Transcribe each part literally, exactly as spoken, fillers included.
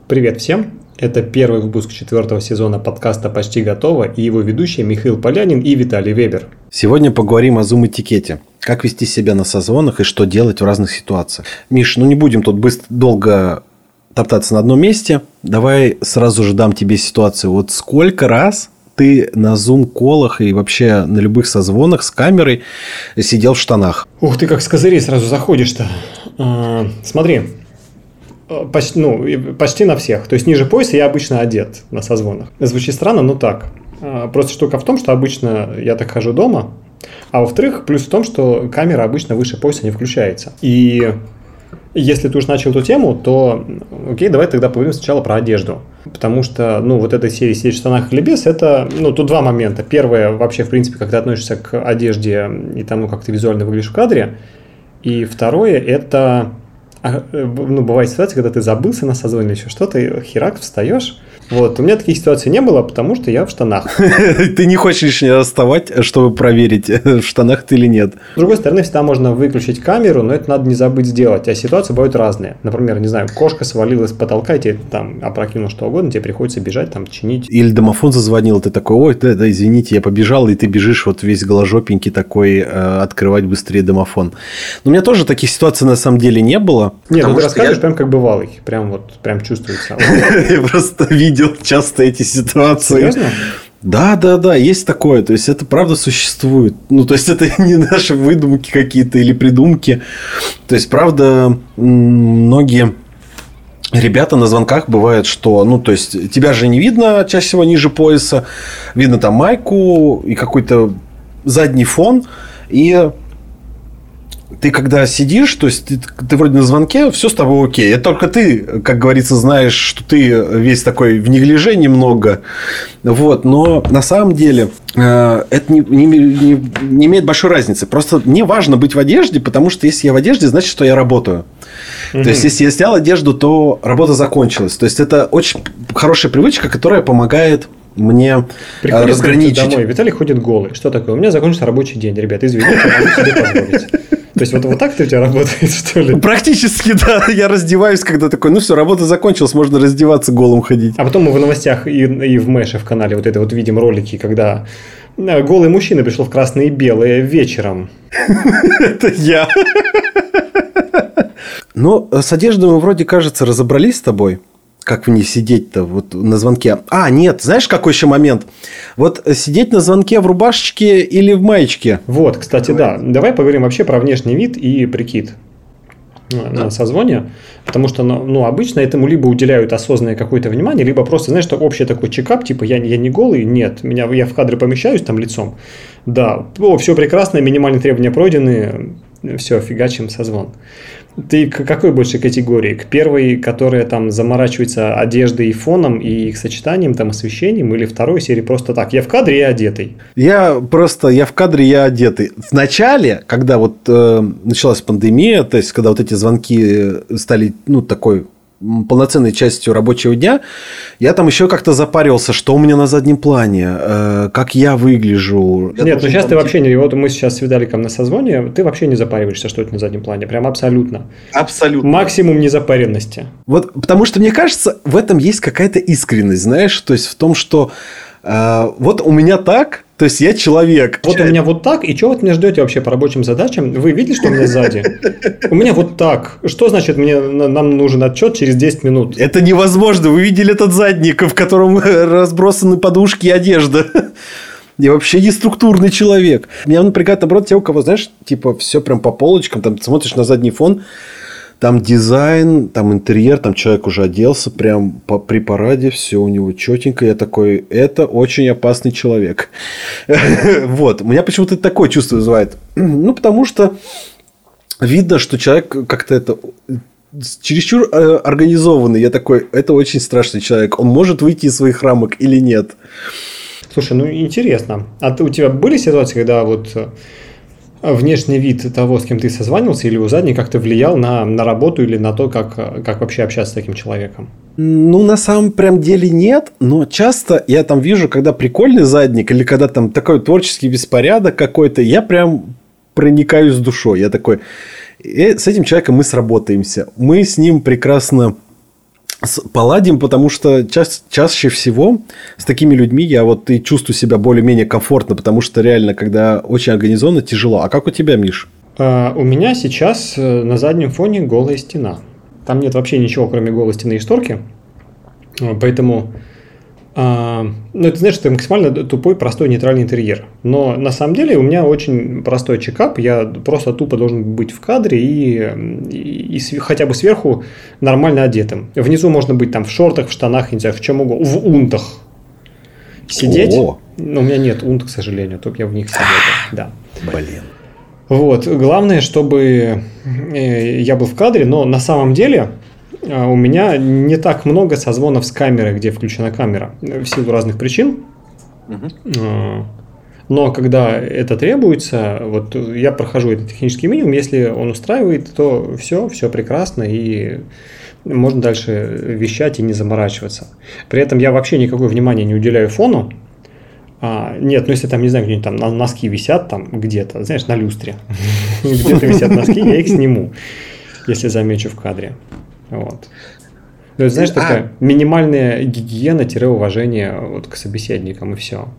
Привет всем! Это первый выпуск четвертого сезона подкаста «Почти готово» и его ведущие Михаил Полянин и Виталий Вебер. Сегодня поговорим о зум-этикете. Как вести себя на созвонах и что делать в разных ситуациях. Миш, ну не будем тут быстро, долго топтаться на одном месте. Давай сразу же дам тебе ситуацию. Вот сколько раз ты на зум-колах и вообще на любых созвонах с камерой сидел в штанах? Ух ты, как с козырей сразу заходишь-то. А, смотри, почти, ну, почти на всех. То есть ниже пояса я обычно одет на созвонах. Звучит странно, но так. А, просто штука в том, что обычно я так хожу дома. А во-вторых, плюс в том, что камера обычно выше пояса не включается. И если ты уж начал эту тему, то окей, давай тогда поговорим сначала про одежду. Потому что, ну, вот этой серии «Сидеть в штанах или без» это, ну, тут два момента. Первое, вообще, в принципе, как ты относишься к одежде и тому, как ты визуально выглядишь в кадре. И второе, это, ну, бывает ситуация, когда ты забылся на созвоне или еще что-то, и херак, встаешь. Вот, у меня таких ситуаций не было, потому что я в штанах. Ты не хочешь лишний раз вставать, чтобы проверить, в штанах ты или нет. С другой стороны, всегда можно выключить камеру, но это надо не забыть сделать. А ситуации бывают разные. Например, не знаю, кошка свалилась с потолка, и тебе там опрокинул что угодно, тебе приходится бежать, там, чинить. Или домофон зазвонил, ты такой: ой, да, да, извините, я побежал, и ты бежишь вот весь голожопенький такой, э, открывать быстрее домофон. Но у меня тоже таких ситуаций на самом деле не было. Нет, ну ты расскажешь прям как бывалый, прям вот, прям чувствуется. Я просто видел часто эти ситуации. Серьезно? Да, да, да, есть такое. То есть это правда существует. Ну, то есть это не наши выдумки какие-то или придумки. То есть, правда, многие ребята на звонках бывает, что, ну, то есть тебя же не видно чаще всего ниже пояса, видно там майку и какой-то задний фон, и ты когда сидишь, то есть ты, ты вроде на звонке, все с тобой окей. Это только ты, как говорится, знаешь, что ты весь такой в неглиже немного. Вот. Но на самом деле э, это не, не, не, не имеет большой разницы. Просто мне важно быть в одежде, потому что если я в одежде, значит, что я работаю. Mm-hmm. То есть, если я снял одежду, то работа закончилась. То есть, это очень хорошая привычка, которая помогает мне Приходишь разграничить. Домой, Виталий ходит голый. Что такое? У меня закончился рабочий день, ребята, извините, я могу себе позволить. То есть, вот, вот так-то у тебя работает, что ли? Практически, да. Я раздеваюсь, когда такой, ну все, работа закончилась, можно раздеваться, голым ходить. А потом мы в новостях и, и в Мэше в канале вот это вот видим ролики, когда голый мужчина пришел в красное и белое вечером. Это я. Ну, с одеждой мы вроде, кажется, разобрались с тобой. Как в ней сидеть-то вот на звонке? А, нет, знаешь, какой еще момент? Вот сидеть на звонке в рубашечке или в маечке? Вот, кстати, давай. да. Давай поговорим вообще про внешний вид и прикид да. на созвоне. Потому что, ну, обычно этому либо уделяют осознанное какое-то внимание, либо просто, знаешь, что общий такой чекап, типа, я, я не голый, нет, меня, я в кадре помещаюсь там лицом. Да, о, все прекрасно, минимальные требования пройдены, все, фигачим созвон. Ты к какой больше категории? К первой, которая там заморачивается одеждой и фоном, и их сочетанием, там, освещением, или второй серии просто так? Я в кадре, я одетый. Я просто, я в кадре, я одетый. В начале, когда вот э, началась пандемия, то есть, когда вот эти звонки стали, ну, такой полноценной частью рабочего дня, я там еще как-то запаривался, что у меня на заднем плане, э, как я выгляжу. Я Нет, ну сейчас ты вообще не... Вот мы сейчас с Виталиком на созвоне, ты вообще не запариваешься, что это на заднем плане. Прям абсолютно. Абсолютно. Максимум незапаренности. Вот, потому что, мне кажется, в этом есть какая-то искренность, знаешь, то есть в том, что э, вот у меня так, то есть я человек. Вот у меня вот так, и что вот меня ждете вообще по рабочим задачам? Вы видели, что у меня сзади? У меня вот так. Что значит, мне нам нужен отчет через десять минут? Это невозможно. Вы видели этот задник, в котором разбросаны подушки и одежда. Я вообще не структурный человек. Меня напрягает, наоборот, те, у кого, знаешь, типа, все прям по полочкам, там смотришь на задний фон, там дизайн, там интерьер, там человек уже оделся прям по, при параде, все у него четенько. Я такой, это очень опасный человек. Вот. У меня почему-то такое чувство вызывает. Ну, потому что видно, что человек как-то это чересчур организованный. Я такой, это очень страшный человек. Он может выйти из своих рамок или нет? Слушай, ну интересно. А ты, у тебя были ситуации, когда вот внешний вид того, с кем ты созванивался, или его задний как-то влиял на, на работу или на то, как, как вообще общаться с таким человеком? Ну, на самом прям деле нет, но часто я там вижу, когда прикольный задник или когда там такой творческий беспорядок какой-то, я прям проникаюсь душой. Я такой, с этим человеком мы сработаемся. Мы с ним прекрасно поладим, потому что ча- чаще всего с такими людьми я вот и чувствую себя более-менее комфортно, потому что реально, когда очень организованно, тяжело. А как у тебя, Миш? А, у меня сейчас на заднем фоне голая стена. Там нет вообще ничего, кроме голой стены и шторки. Поэтому, а, ну, это значит, это максимально тупой, простой, нейтральный интерьер. Но на самом деле у меня очень простой чекап. Я просто тупо должен быть в кадре и, и, и с, хотя бы сверху нормально одетым. Внизу можно быть там в шортах, в штанах, не знаю, в чем угодно, в унтах сидеть. О! Но у меня нет унт, к сожалению, только я в них сидел. Да. Блин. Вот. Главное, чтобы я был в кадре, но на самом деле у меня не так много созвонов с камерой, где включена камера, в силу разных причин. Uh-huh. Но когда это требуется, вот я прохожу этот технический минимум, если он устраивает, то все, все прекрасно, и можно дальше вещать и не заморачиваться. При этом я вообще никакое внимание не уделяю фону. А, нет, ну если там, не знаю, где-нибудь там носки висят там где-то, знаешь, на люстре, где-то висят носки, я их сниму, если замечу в кадре. Вот. То есть, знаешь, такая минимальная гигиена-уважение вот к собеседникам, и все.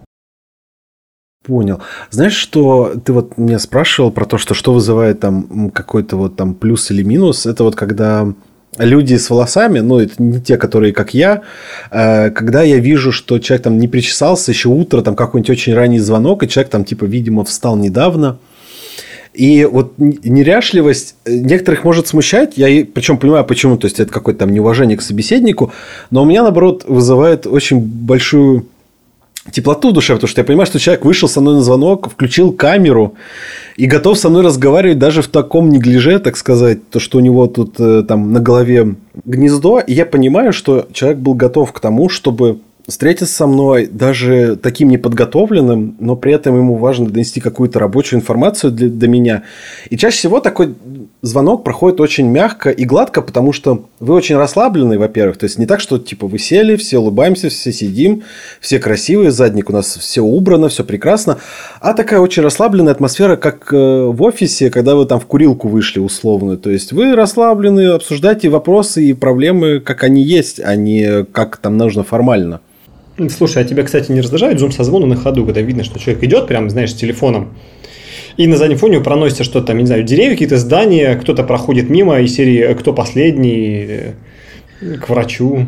Понял. Знаешь, что ты вот меня спрашивал про то, что что вызывает там какой-то вот там плюс или минус, это вот когда... Люди с волосами, ну, это не те, которые, как я, когда я вижу, что человек там не причесался, еще утро, там какой-нибудь очень ранний звонок, и человек там, типа, видимо, встал недавно. И вот неряшливость некоторых может смущать, я причем понимаю, почему, то есть, это какое-то там неуважение к собеседнику, но у меня, наоборот, вызывает очень большую теплоту в душе, потому что я понимаю, что человек вышел со мной на звонок, включил камеру и готов со мной разговаривать даже в таком неглиже, так сказать, то, что у него тут там на голове гнездо. И я понимаю, что человек был готов к тому, чтобы встретиться со мной даже таким неподготовленным, но при этом ему важно донести какую-то рабочую информацию для, до меня. И чаще всего такой звонок проходит очень мягко и гладко, потому что вы очень расслаблены, во-первых. То есть, не так, что типа вы сели, все улыбаемся, все сидим, все красивые, задник у нас все убрано, все прекрасно. А такая очень расслабленная атмосфера, как в офисе, когда вы там в курилку вышли условно. То есть, вы расслаблены, обсуждаете вопросы и проблемы, как они есть, а не как там нужно формально. Слушай, а тебя, кстати, не раздражает зум-созвоны на ходу, когда видно, что человек идет прям, знаешь, с телефоном, и на заднем фоне проносится что-то там, не знаю, деревья, какие-то здания, кто-то проходит мимо из серии «Кто последний?» к врачу.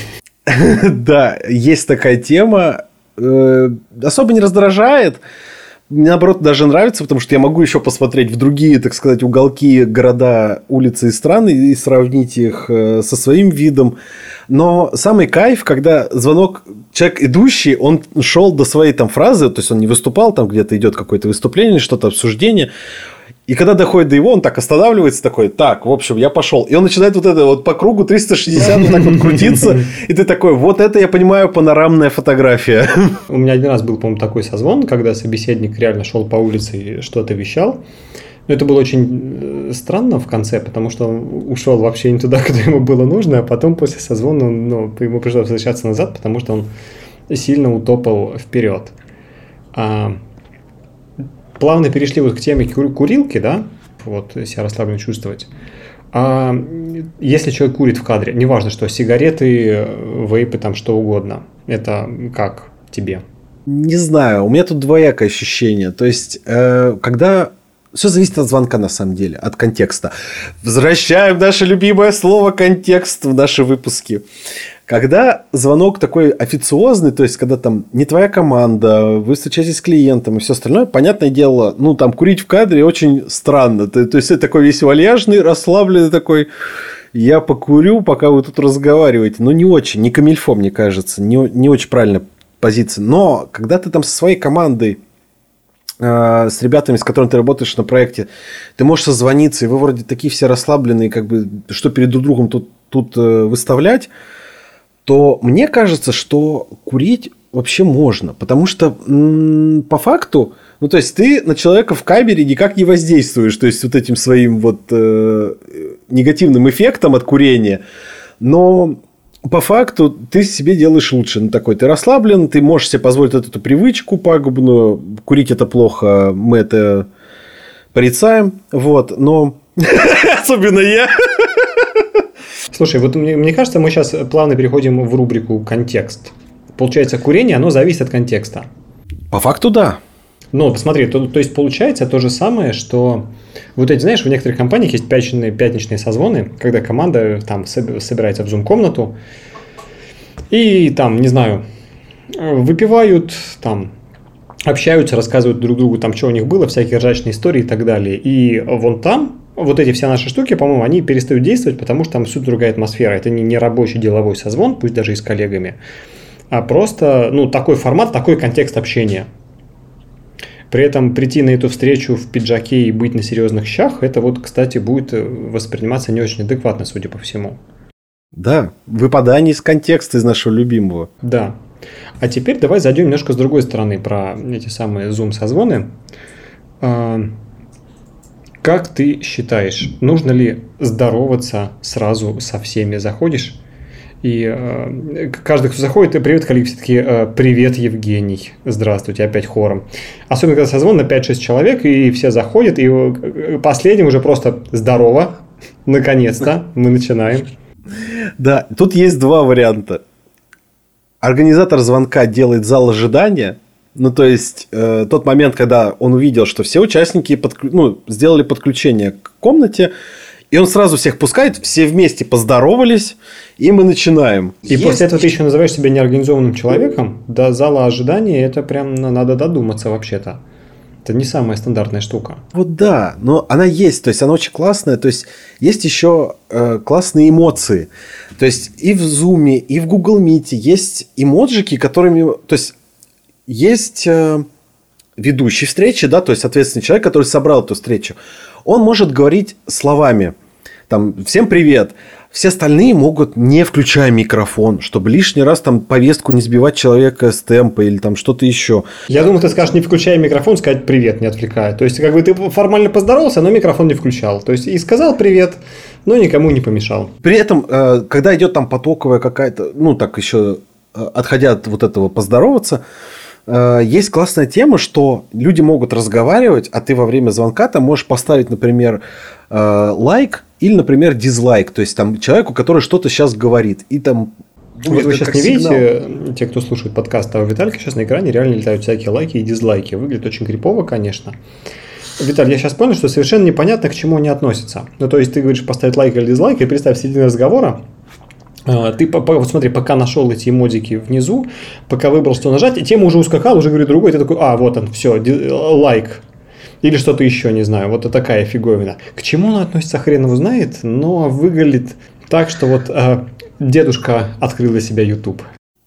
Да, есть такая тема. Особо не раздражает. Мне, наоборот, даже нравится, потому что я могу еще посмотреть в другие, так сказать, уголки, города, улицы и страны и сравнить их со своим видом. Но самый кайф, когда звонок, человек идущий, он шел до своей там фразы, то есть он не выступал, там где-то идет какое-то выступление, что-то обсуждение. И когда доходит до его, он так останавливается, такой, так, в общем, я пошел. И он начинает вот это вот по кругу триста шестьдесят вот так вот крутиться. И ты такой, вот это, я понимаю, панорамная фотография. У меня один раз был, по-моему, такой созвон, когда собеседник реально шел по улице и что-то вещал. Но это было очень странно в конце, потому что он ушел вообще не туда, куда ему было нужно, а потом после созвона ну, ему пришлось возвращаться назад, потому что он сильно утопал вперед. А... Плавно перешли вот к теме курилки, да, вот себя расслабленно чувствовать. А если человек курит в кадре, неважно что, сигареты, вейпы, там что угодно, это как тебе? Не знаю, у меня тут двоякое ощущение. То есть, э, когда... Все зависит от звонка, на самом деле, от контекста. Возвращаем наше любимое слово «контекст» в наши выпуски. Когда звонок такой официозный, то есть, когда там не твоя команда, вы встречаетесь с клиентом и все остальное, понятное дело, ну, там, курить в кадре очень странно. То, то есть, это такой весь вальяжный, расслабленный такой, я покурю, пока вы тут разговариваете. Но не очень, не камильфо, мне кажется, не, не очень правильная позиция. Но, когда ты там со своей командой, э, с ребятами, с которыми ты работаешь на проекте, ты можешь созвониться, и вы вроде такие все расслабленные, как бы, что перед друг другом тут, тут э, выставлять, то мне кажется, что курить вообще можно. Потому что м- по факту, ну, то есть, ты на человека в камере никак не воздействуешь. То есть, вот этим своим вот э- негативным эффектом от курения. Но по факту ты себе делаешь лучше. Ну, такой, ты расслаблен, ты можешь себе позволить вот эту привычку пагубную. Курить это плохо, мы это порицаем. Вот, но... Особенно я... Слушай, вот мне, мне кажется, мы сейчас плавно переходим в рубрику «Контекст». Получается, курение, оно зависит от контекста. По факту, да. Ну, посмотри, то, то есть получается то же самое, что вот эти, знаешь, в некоторых компаниях есть пятничные, пятничные созвоны, когда команда там собирается в зум-комнату и там, не знаю, выпивают, там, общаются, рассказывают друг другу, там, что у них было, всякие ржачные истории и так далее. И вон там вот эти все наши штуки, по-моему, они перестают действовать, потому что там суть другая атмосфера. Это не, не рабочий деловой созвон, пусть даже и с коллегами, а просто, ну, такой формат, такой контекст общения. При этом прийти на эту встречу в пиджаке и быть на серьезных щах, это вот, кстати, будет восприниматься не очень адекватно, судя по всему. Да, выпадание из контекста из нашего любимого. Да. А теперь давай зайдем немножко с другой стороны про эти самые Zoom-созвоны. Как ты считаешь, нужно ли здороваться сразу со всеми? Заходишь, и э, каждый, кто заходит, и привет, коллеги, все таки э, привет, Евгений, здравствуйте, опять хором. Особенно, когда созвон на пять-шесть человек, и все заходят, и последним уже просто здорово, наконец-то мы начинаем. Да, тут есть два варианта. Организатор звонка делает зал ожидания. Ну, то есть, э, тот момент, когда он увидел, что все участники подклю... ну, сделали подключение к комнате, и он сразу всех пускает, все вместе поздоровались, и мы начинаем. И есть... после этого ты еще называешь себя неорганизованным человеком. До зала ожидания это прям надо додуматься вообще-то. Это не самая стандартная штука. Вот да, но она есть, то есть она очень классная. То есть есть еще э, классные эмоции. То есть и в Zoom, и в Google Meet есть эмоджики, которыми... То есть есть э, ведущий встречи, да, то есть ответственный человек, который собрал эту встречу. Он может говорить словами, там, всем привет. Все остальные могут, не включая микрофон, чтобы лишний раз там повестку не сбивать человека с темпа или там что-то еще. Я думаю, ты скажешь, не включая микрофон, сказать привет, не отвлекая. То есть, как бы ты формально поздоровался, но микрофон не включал. То есть, и сказал привет, но никому не помешал. При этом, когда идет там потоковая какая-то, ну, так еще отходя от вот этого поздороваться, есть классная тема, что люди могут разговаривать, а ты во время звонка там можешь поставить, например, лайк или, например, дизлайк. То есть, там человеку, который что-то сейчас говорит. И там... Вот вы сейчас не сигнал. Видите, те, кто слушает подкаст, а у Виталика сейчас на экране реально летают всякие лайки и дизлайки. Выглядит очень крипово, конечно. Виталий, я сейчас понял, что совершенно непонятно, к чему они относятся. Ну, то есть, ты говоришь поставить лайк или дизлайк, и представь, в середине разговора ты, вот смотри, пока нашел эти эмодики внизу, пока выбрал, что нажать, и тема уже ускакала, уже говорит другой, ты такой, а, вот он, все, лайк. Или что-то еще, не знаю, вот такая фиговина. К чему она относится, хрен его знает, но выглядит так, что вот э, дедушка открыл для себя YouTube.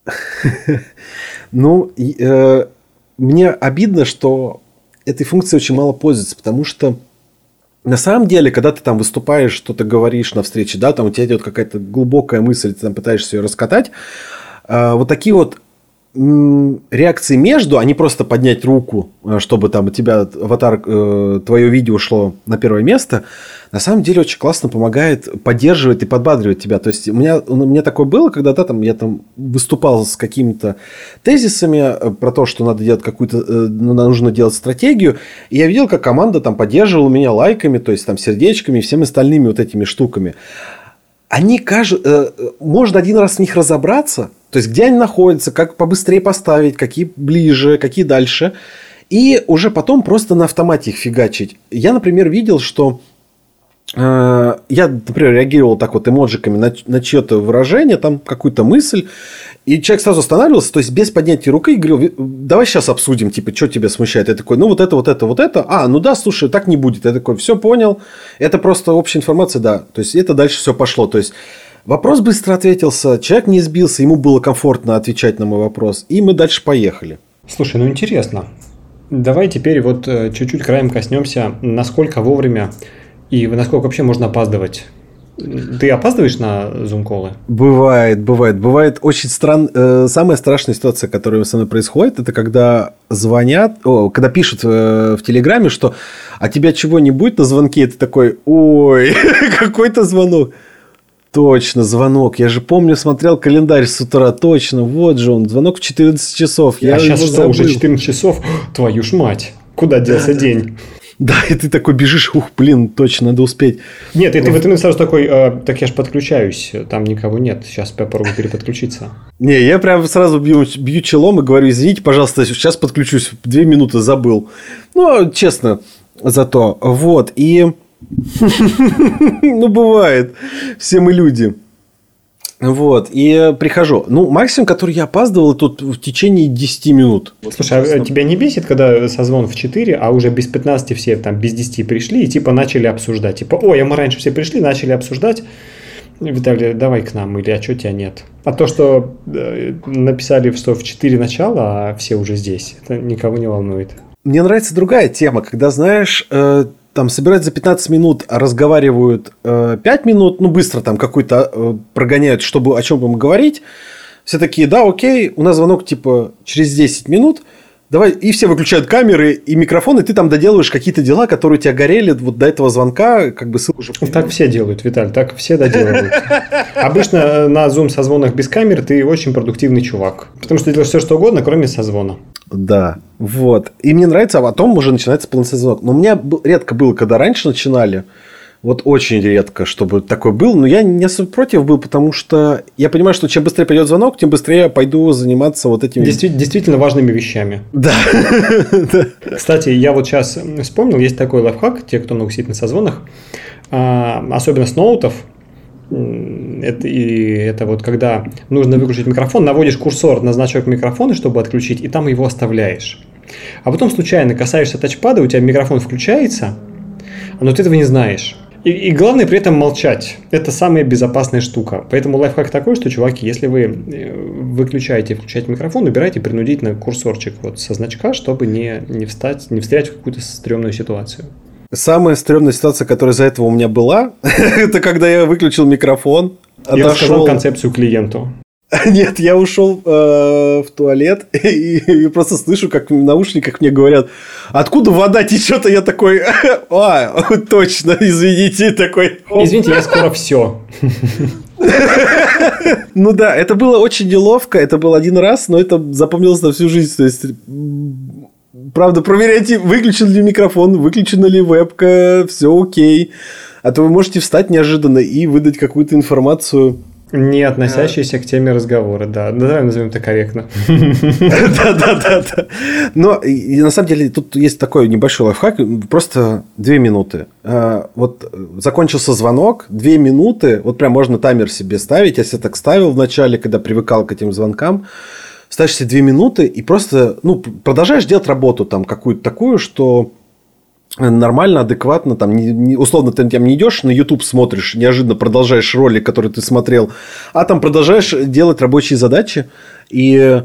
Ну, э, мне обидно, что этой функцией очень мало пользуются, потому что на самом деле, когда ты там выступаешь, что-то говоришь на встрече, да, там у тебя идет какая-то глубокая мысль, ты там пытаешься ее раскатать, э, вот такие вот реакции между, а не просто поднять руку, чтобы там у тебя аватар, э, твое видео шло на первое место, на самом деле очень классно помогает поддерживать и подбадривать тебя. То есть у меня, у меня такое было, когда да, там, я там выступал с какими-то тезисами про то, что надо делать какую-то, э, нужно делать стратегию, и я видел, как команда там поддерживала меня лайками, то есть там сердечками и всеми остальными вот этими штуками. Они кажут, э, можно один раз в них разобраться, то есть где они находятся, как побыстрее поставить, какие ближе, какие дальше, и уже потом просто на автомате их фигачить. Я, например, видел, что э, я, например, реагировал так вот эмоджиками на, на чье-то выражение, там какую-то мысль, и человек сразу останавливался, то есть без поднятия руки, и говорил, давай сейчас обсудим, типа, что тебя смущает. Я такой, ну вот это, вот это, вот это. А, ну да, слушай, так не будет. Я такой, все понял. Это просто общая информация, да. То есть это дальше все пошло. То есть вопрос быстро ответился, человек не сбился, ему было комфортно отвечать на мой вопрос, и мы дальше поехали. Слушай, ну интересно. Давай теперь вот чуть-чуть краем коснемся, насколько вовремя и насколько вообще можно опаздывать. Ты опаздываешь на зум-колы? Бывает, бывает. Бывает очень странно. Э, самая страшная ситуация, которая со мной происходит, это когда звонят, о, когда пишут э, в Телеграме, что а тебя чего не будет на звонке, и ты такой, ой, какой-то звонок. Точно, звонок. Я же помню, смотрел календарь с утра. Точно, вот же он. Звонок в четырнадцать часов. Я а сейчас что, забыл. Уже четырнадцать часов? Твою ж мать. Куда делся день? Да, и ты такой бежишь, ух, блин, точно, надо успеть. Нет, и ты в этот момент сразу такой, э, так я ж подключаюсь, там никого нет, сейчас попробую переподключиться. Не, я прям сразу бью, бью челом и говорю, извините, пожалуйста, сейчас подключусь, две минуты забыл. Ну, честно, зато, вот, и... Ну, бывает, все мы люди. Вот, и прихожу. Ну, максимум, который я опаздывал, тут в течение десяти минут. Слушай, а тебя не бесит, когда созвон в четыре, а уже без пятнадцати все там без десяти пришли и типа начали обсуждать? Типа, ой, а мы раньше все пришли, начали обсуждать. Виталий, давай к нам, или а что тебя нет? А то, что э, написали, что в четыре начала, а все уже здесь, это никого не волнует. Мне нравится другая тема, когда, знаешь... Э, там собирают за пятнадцать минут, а разговаривают э, пять минут, ну, быстро там какой-то э, прогоняют, чтобы о чем будем говорить. Все такие, да, окей, у нас звонок типа через десять минут, давай, и все выключают камеры и микрофон, и ты там доделываешь какие-то дела, которые у тебя горели вот до этого звонка, как бы ссылку уже... Так все делают, Виталий, так все доделывают. Обычно на Zoom созвонах без камер ты очень продуктивный чувак, потому что ты делаешь все, что угодно, кроме созвона. Да, вот. И мне нравится, а потом уже начинается полноценный звонок. Но у меня редко было, когда раньше начинали. Вот очень редко, чтобы такое было. Но я не особо против был, потому что я понимаю, что чем быстрее пойдет звонок, тем быстрее я пойду заниматься вот этими... Действительно, действительно важными вещами. Да. Кстати, я вот сейчас вспомнил, есть такой лайфхак, те, кто много сидит на созвонах, особенно с ноутов. Это, и это вот когда нужно выключить микрофон, наводишь курсор на значок микрофона, чтобы отключить, и там его оставляешь. А потом случайно касаешься тачпада, у тебя микрофон включается, но ты этого не знаешь. И, и главное при этом молчать. Это самая безопасная штука. Поэтому лайфхак такой, что, чуваки, если вы выключаете и включаете микрофон, убирайте принудительно курсорчик вот со значка, чтобы не, не, встать, не встрять в какую-то стрёмную ситуацию. Самая стрёмная ситуация, которая из-за этого у меня была, это когда я выключил микрофон, отошел... Я рассказал концепцию клиенту. Нет, я ушел э, в туалет и, и просто слышу, как в наушниках мне говорят, откуда вода течет, а я такой, а, точно, извините, такой. Извините, я скоро все. Ну да, это было очень неловко, это был один раз, но это запомнилось на всю жизнь, то есть... Правда, проверяйте, выключен ли микрофон, выключена ли вебка, все окей. А то вы можете встать неожиданно и выдать какую-то информацию. Не относящуюся а... к теме разговора, да. Давай назовем это корректно. Да-да-да. Но и, на самом деле тут есть такой небольшой лайфхак. Просто две минуты. Вот закончился звонок, две минуты. Вот прям можно таймер себе ставить. Я себе так ставил в начале, когда привыкал к этим звонкам. Ставишь себе две минуты и просто ну, продолжаешь делать работу там какую-то такую, что нормально, адекватно. Там, не, не, условно, ты там не идешь на YouTube смотришь, неожиданно продолжаешь ролик, который ты смотрел, а там продолжаешь делать рабочие задачи. И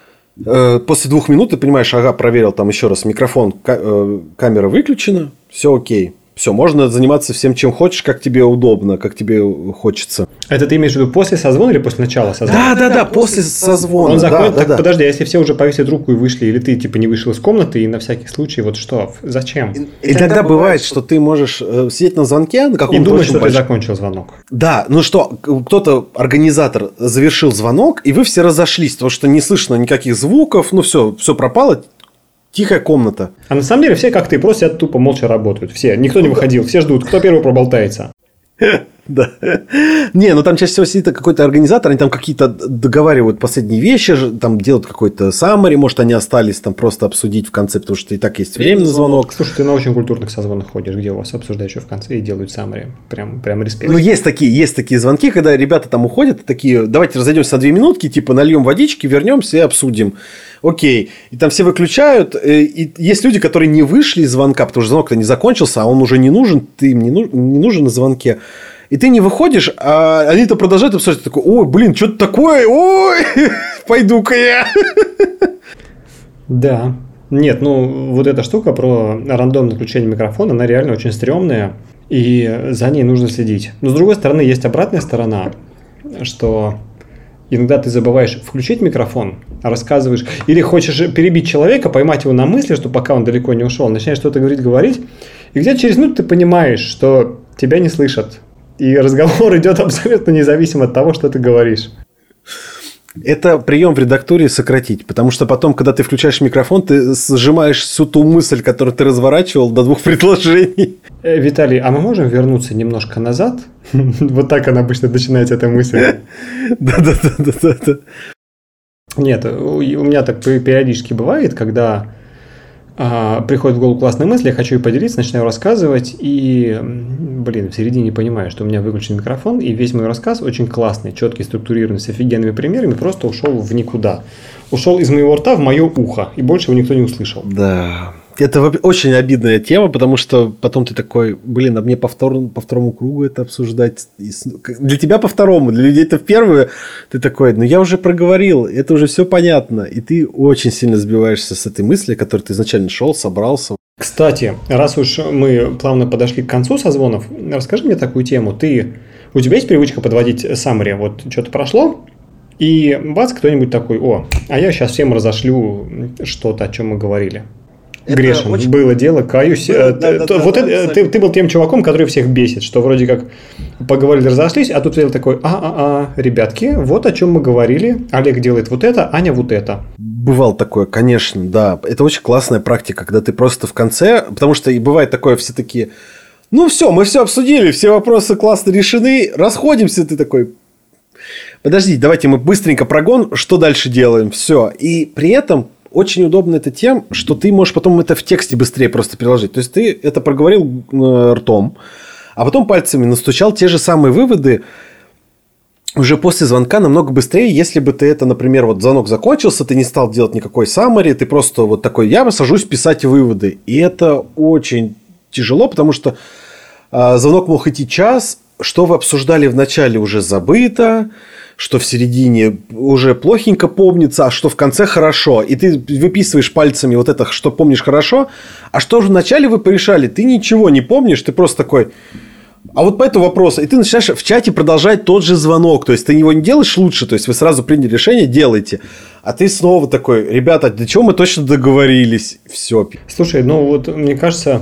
э, после двух минут ты понимаешь, ага, проверил там еще раз микрофон, ка- э, камера выключена, все окей. Все, можно заниматься всем, чем хочешь, как тебе удобно, как тебе хочется. Это ты имеешь в виду после созвона или после начала созвона? Да, да, да, после созвона. Он заходит, да, так да, да. Подожди, а если все уже повесили трубку и вышли, или ты типа не вышел из комнаты, и на всякий случай, вот что, зачем? И Иногда бывает, что ты можешь сидеть на звонке, на каком-то и думаешь, что больш... ты закончил звонок. Да, ну что, кто-то, организатор, завершил звонок, и вы все разошлись, потому что не слышно никаких звуков, ну все, все пропало. Тихая комната. А на самом деле все, как ты, просто сидят тупо молча работают. Все. Никто не выходил. Все ждут. Кто первый проболтается. Да. Не, ну там чаще всего сидит какой-то организатор, они там какие-то договаривают последние вещи, там делают какой-то саммари, может, они остались там просто обсудить в конце, потому что и так есть время на звонок. Слушай, ты на очень культурных созвонах ходишь, где у вас обсуждают еще в конце и делают саммари. Прям, прям респект. Ну, есть такие, есть такие звонки, когда ребята там уходят, такие, давайте разойдемся на две минутки, типа нальем водички, вернемся и обсудим. Окей. И там все выключают. И есть люди, которые не вышли из звонка, потому что звонок-то не закончился, а он уже не нужен, ты им не нужен, не нужен на звонке. И ты не выходишь, а они-то продолжают обсуждать. Такой, ой, блин, что-то такое, ой, пойду-ка я. Да. Нет, ну, вот эта штука про рандомное включение микрофона, она реально очень стрёмная, и за ней нужно следить. Но, с другой стороны, есть обратная сторона, что иногда ты забываешь включить микрофон, рассказываешь, или хочешь перебить человека, поймать его на мысли, что пока он далеко не ушел, начинаешь что-то говорить, говорить, и где-то через минуту ты понимаешь, что тебя не слышат. И разговор идет абсолютно независимо от того, что ты говоришь. Это прием в редакторе сократить, потому что потом, когда ты включаешь микрофон, ты сжимаешь всю ту мысль, которую ты разворачивал, до двух предложений. Виталий, а мы можем вернуться немножко назад? Вот так она обычно начинается, эта мысль. Да-да-да. Нет, у меня так периодически бывает, когда а, приходит в голову классная мысль, я хочу ее поделиться, начинаю рассказывать, и, блин, в середине понимаю, что у меня выключен микрофон, и весь мой рассказ очень классный, четкий, структурированный, с офигенными примерами, просто ушел в никуда. Ушел из моего рта в мое ухо, и больше его никто не услышал. Да. Это очень обидная тема, потому что потом ты такой, блин, а мне по второму, по второму кругу это обсуждать. Для тебя по второму, для людей это в первую. Ты такой, ну я уже проговорил, это уже все понятно. И ты очень сильно сбиваешься с этой мысли, которой ты изначально шел, собрался. Кстати, раз уж мы плавно подошли к концу созвонов, расскажи мне такую тему. Ты, у тебя есть привычка подводить summary? Вот что-то прошло, и бац, кто-нибудь такой, о, а я сейчас всем разошлю что-то, о чем мы говорили. Это Грешен, очень... было дело, каюсь. Было, да, да, да, вот да, это, да, ты, ты был тем чуваком, который всех бесит, что вроде как поговорили, разошлись, а тут я такой, а-а-а, ребятки, вот о чем мы говорили, Олег делает вот это, Аня вот это. Бывало такое, конечно, да. Это очень классная практика, когда ты просто в конце, потому что и бывает такое, все такие, ну все, мы все обсудили, все вопросы классно решены, расходимся, ты такой... Подождите, давайте мы быстренько прогон, что дальше делаем, все. И при этом очень удобно это тем, что ты можешь потом это в тексте быстрее просто приложить. То есть ты это проговорил э, ртом, а потом пальцами настучал те же самые выводы уже после звонка намного быстрее, если бы ты это, например, вот звонок закончился, ты не стал делать никакой summary, ты просто вот такой, я сажусь писать выводы. И это очень тяжело, потому что э, звонок мог идти час, что вы обсуждали в начале уже забыто, что в середине уже плохенько помнится, а что в конце хорошо. И ты выписываешь пальцами вот это, что помнишь хорошо, а что же в начале вы порешали, ты ничего не помнишь, ты просто такой... А вот по этому вопросу, и ты начинаешь в чате продолжать тот же звонок, то есть ты его не делаешь лучше, то есть вы сразу приняли решение, делайте, а ты снова такой, ребята, до чего мы точно договорились, все. Слушай, ну вот мне кажется...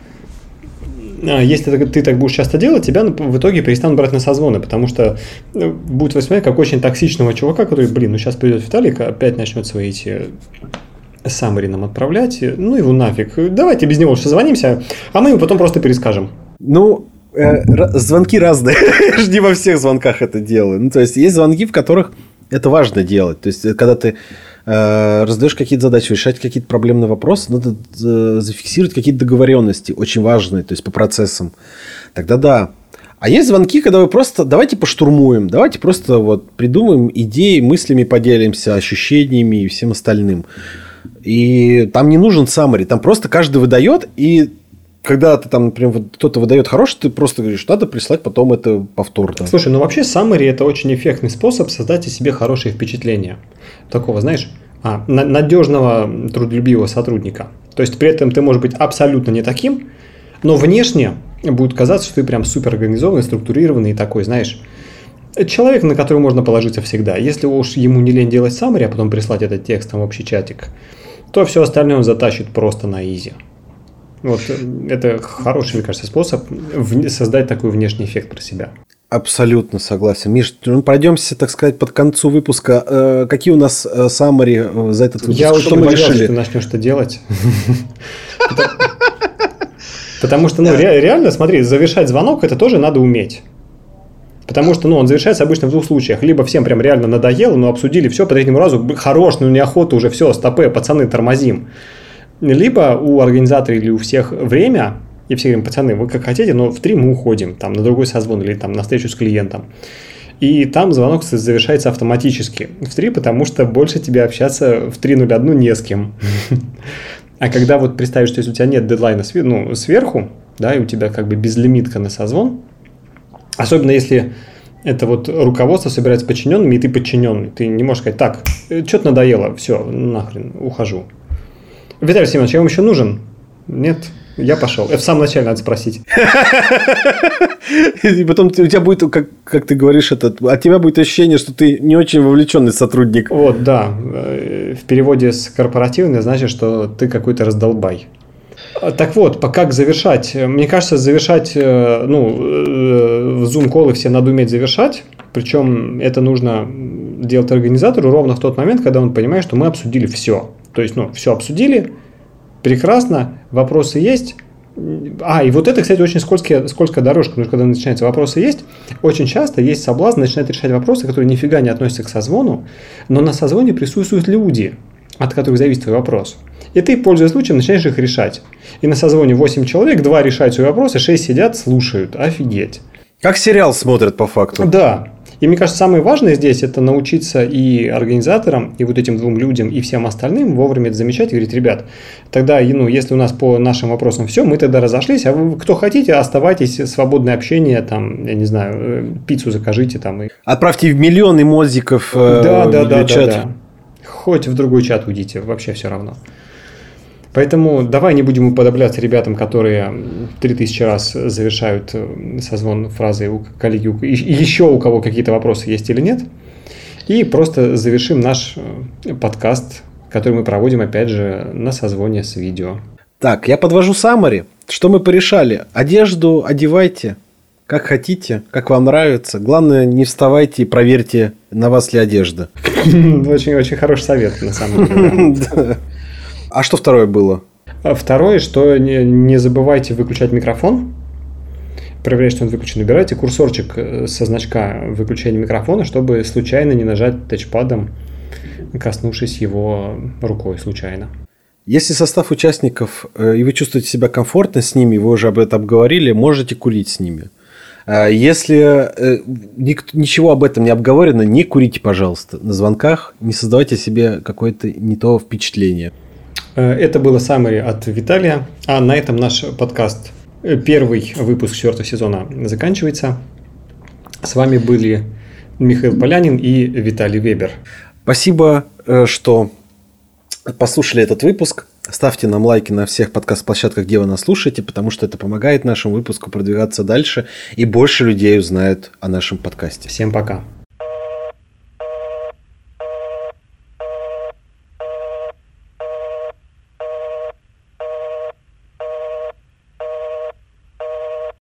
Если ты так будешь часто делать, тебя в итоге перестанут брать на созвоны, потому что будет воспринимать как очень токсичного чувака, который, блин, ну сейчас придет Виталик, опять начнет свои эти саммари нам отправлять, ну его нафиг, давайте без него созвонимся, а мы ему потом просто перескажем. Ну, э, звонки разные, я же не во всех звонках это делаю, ну то есть есть звонки, в которых это важно делать, то есть когда ты раздаешь какие-то задачи, решать какие-то проблемные вопросы, надо зафиксировать какие-то договоренности, очень важные, то есть по процессам. Тогда да. А есть звонки, когда вы просто давайте поштурмуем, давайте просто вот придумаем идеи, мыслями поделимся, ощущениями и всем остальным. И там не нужен summary, там просто каждый выдает, и когда ты там, например, вот кто-то выдает хороший, ты просто говоришь, надо прислать потом это повторно. Слушай, ну вообще summary – это очень эффектный способ создать о себе хорошее впечатление. Такого, знаешь, а, надежного, трудолюбивого сотрудника. То есть, при этом ты можешь быть абсолютно не таким, но внешне будет казаться, что ты прям супер организованный, структурированный и такой, знаешь, человек, на которого можно положиться всегда. Если уж ему не лень делать summary, а потом прислать этот текстом в общий чатик, то все остальное он затащит просто на изи. Вот это хороший, мне кажется, способ создать такой внешний эффект про себя. Абсолютно согласен. Миш, ну, пройдемся, так сказать, под концу выпуска. Э, какие у нас summary за этот выпуск? Я что очень боялся, что ты начнешь это делать. Потому что, ну, реально, смотри, завершать звонок это тоже надо уметь. Потому что, ну, он завершается обычно в двух случаях. Либо всем прям реально надоело, но обсудили все по третьему разу, хорош, ну неохота уже, все, стопэ, пацаны, тормозим. Либо у организатора или у всех время, и все говорим, пацаны, вы как хотите, но в три мы уходим, там, на другой созвон или там, на встречу с клиентом. И там звонок завершается автоматически в три, потому что больше тебе общаться в три ноль один не с кем. А когда вот представишь, что если у тебя нет дедлайна ну, сверху, да, и у тебя как бы безлимитка на созвон, особенно если это вот руководство собирается подчиненными, и ты подчиненный, ты не можешь сказать, так, что-то надоело, все, нахрен, ухожу. Виталий Семенович, я вам еще нужен? Нет, я пошел. Это в самом начале надо спросить. И потом у тебя будет, как, как ты говоришь, это, от тебя будет ощущение, что ты не очень вовлеченный сотрудник. Вот, да. В переводе с корпоративный значит, что ты какой-то раздолбай. Так вот, как завершать? Мне кажется, завершать, ну, в Zoom-колы все надо уметь завершать. Причем это нужно делать организатору ровно в тот момент, когда он понимает, что мы обсудили все. То есть, ну, все обсудили, прекрасно, вопросы есть. А, и вот это, кстати, очень скользкая, скользкая дорожка, потому что когда начинаются вопросы есть, очень часто есть соблазн начинать решать вопросы, которые нифига не относятся к созвону, но на созвоне присутствуют люди, от которых зависит твой вопрос. И ты, пользуясь случаем, начинаешь их решать. И на созвоне восемь человек, два решают свои вопросы, шесть сидят, слушают. Офигеть. Как сериал смотрят по факту. Да. И мне кажется, самое важное здесь – это научиться и организаторам, и вот этим двум людям, и всем остальным вовремя это замечать и говорить: ребят, тогда, ну, если у нас по нашим вопросам все, мы тогда разошлись, а вы, кто хотите, оставайтесь, свободное общение, там, я не знаю, пиццу закажите там. И... Отправьте в миллион эмодзиков э, да, да, да, чат. да, да. Хоть в другой чат уйдите, вообще все равно. Поэтому давай не будем уподобляться ребятам, которые три тысячи раз завершают созвон фразой «у коллеги, у... еще у кого какие-то вопросы есть или нет». И просто завершим наш подкаст, который мы проводим, опять же, на созвоне с видео. Так, я подвожу саммари. Что мы порешали? Одежду одевайте, как хотите, как вам нравится. Главное, не вставайте и проверьте, на вас ли одежда. Очень-очень хороший совет, на самом деле. А что второе было? Второе, что не, не забывайте выключать микрофон. Проверяйте, что он выключен. Убирайте курсорчик со значка выключения микрофона, чтобы случайно не нажать тачпадом, коснувшись его рукой случайно. Если состав участников, и вы чувствуете себя комфортно с ними, вы уже об этом обговорили, можете курить с ними. Если ничего об этом не обговорено, не курите, пожалуйста, на звонках, не создавайте себе какое-то не то впечатление. Это было summary от Виталия. А на этом наш подкаст, первый выпуск четвертого сезона, заканчивается. С вами были Михаил Полянин и Виталий Вебер. Спасибо, что послушали этот выпуск. Ставьте нам лайки на всех подкаст-площадках, где вы нас слушаете, потому что это помогает нашему выпуску продвигаться дальше, и больше людей узнают о нашем подкасте. Всем пока.